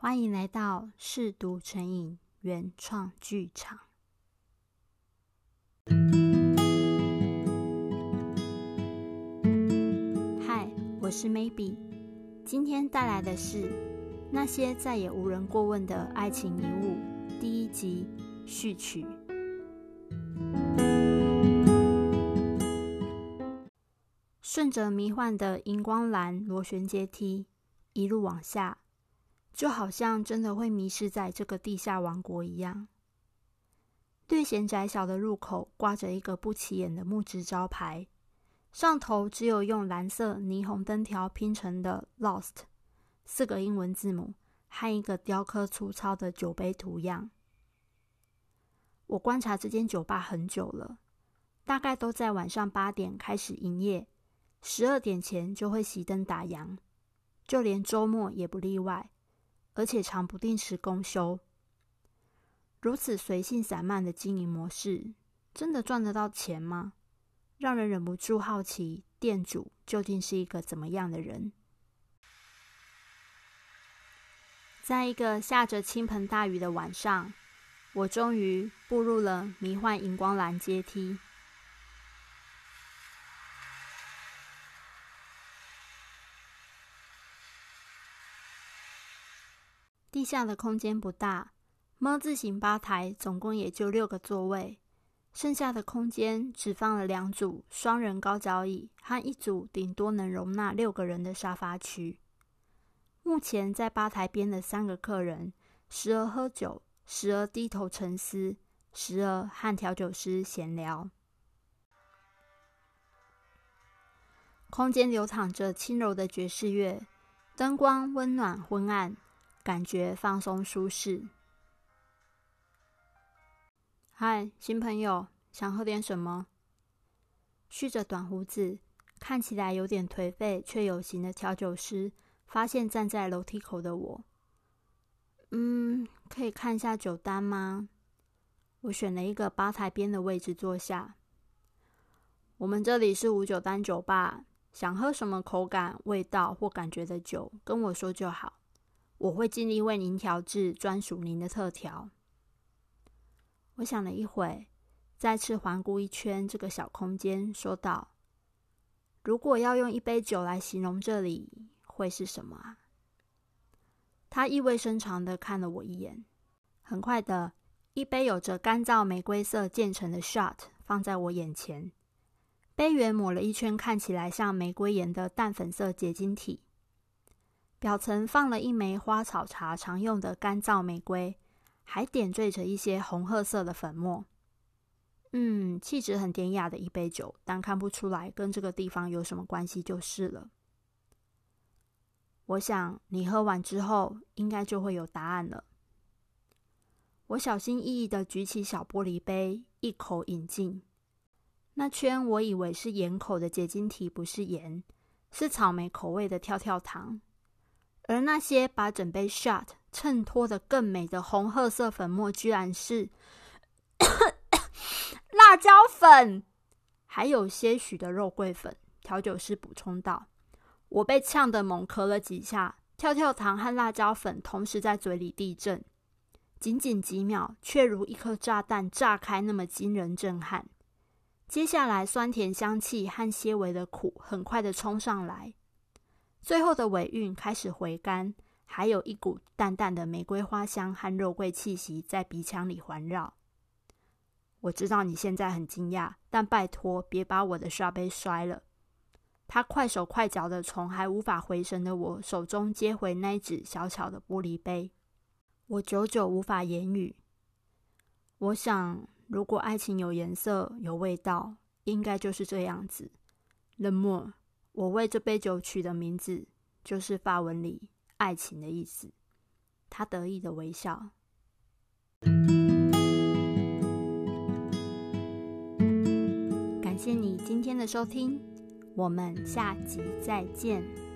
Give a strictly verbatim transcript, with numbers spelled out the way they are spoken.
欢迎来到嗜读成瘾原创剧场。嗨，我是 Maybe， 今天带来的是那些再也无人过问的爱情遗物第一集序曲。顺着迷幻的荧光蓝螺旋阶梯一路往下，就好像真的会迷失在这个地下王国一样。略显窄小的入口挂着一个不起眼的木质招牌，上头只有用蓝色霓虹灯条拼成的 Lost 四个英文字母和一个雕刻粗糙的酒杯图样。我观察这间酒吧很久了，大概都在晚上八点开始营业，十二点前就会熄灯打烊，就连周末也不例外，而且常不定时公休。如此随性散漫的经营模式，真的赚得到钱吗？让人忍不住好奇，店主究竟是一个怎么样的人？在一个下着倾盆大雨的晚上，我终于步入了迷幻荧光蓝阶梯。地下的空间不大，么字形吧台总共也就六个座位，剩下的空间只放了两组双人高脚椅和一组顶多能容纳六个人的沙发区。目前在吧台边的三个客人，时而喝酒，时而低头沉思，时而和调酒师闲聊。空间流淌着轻柔的爵士乐，灯光温暖昏暗，感觉放松舒适。嗨，新朋友，想喝点什么？蓄着短胡子，看起来有点颓废却有型的调酒师发现站在楼梯口的我。嗯，可以看一下酒单吗？我选了一个吧台边的位置坐下。我们这里是无酒单酒吧，想喝什么口感、味道或感觉的酒，跟我说就好。我会尽力为您调制专属您的特调。我想了一会，再次环顾一圈这个小空间，说道：如果要用一杯酒来形容这里，会是什么啊？他意味深长地看了我一眼。很快的，一杯有着干燥玫瑰色渐层的 shot 放在我眼前，杯缘抹了一圈看起来像玫瑰盐的淡粉色结晶体，表层放了一枚花草茶常用的干燥玫瑰，还点缀着一些红褐色的粉末。嗯，气质很典雅的一杯酒，但看不出来跟这个地方有什么关系就是了。我想你喝完之后应该就会有答案了。我小心翼翼地举起小玻璃杯，一口饮尽。那圈我以为是盐口的结晶体不是盐，是草莓口味的跳跳糖。而那些把整杯 shot 衬托得更美的红褐色粉末，居然是辣椒粉，还有些许的肉桂粉。调酒师补充道。我被呛得猛咳了几下，跳跳糖和辣椒粉同时在嘴里地震，仅仅几秒，却如一颗炸弹炸开那么惊人震撼。接下来，酸甜香气和些微的苦很快的冲上来。最后的尾韵开始回甘，还有一股淡淡的玫瑰花香和肉桂气息在鼻腔里环绕。我知道你现在很惊讶，但拜托别把我的刷杯摔了。他快手快脚的从还无法回神的我手中接回那一只小巧的玻璃杯。我久久无法言语。我想，如果爱情有颜色、有味道，应该就是这样子。L'amour，我为这杯酒取的名字就是法文里爱情的意思。他得意的微笑。感谢你今天的收听，我们下集再见。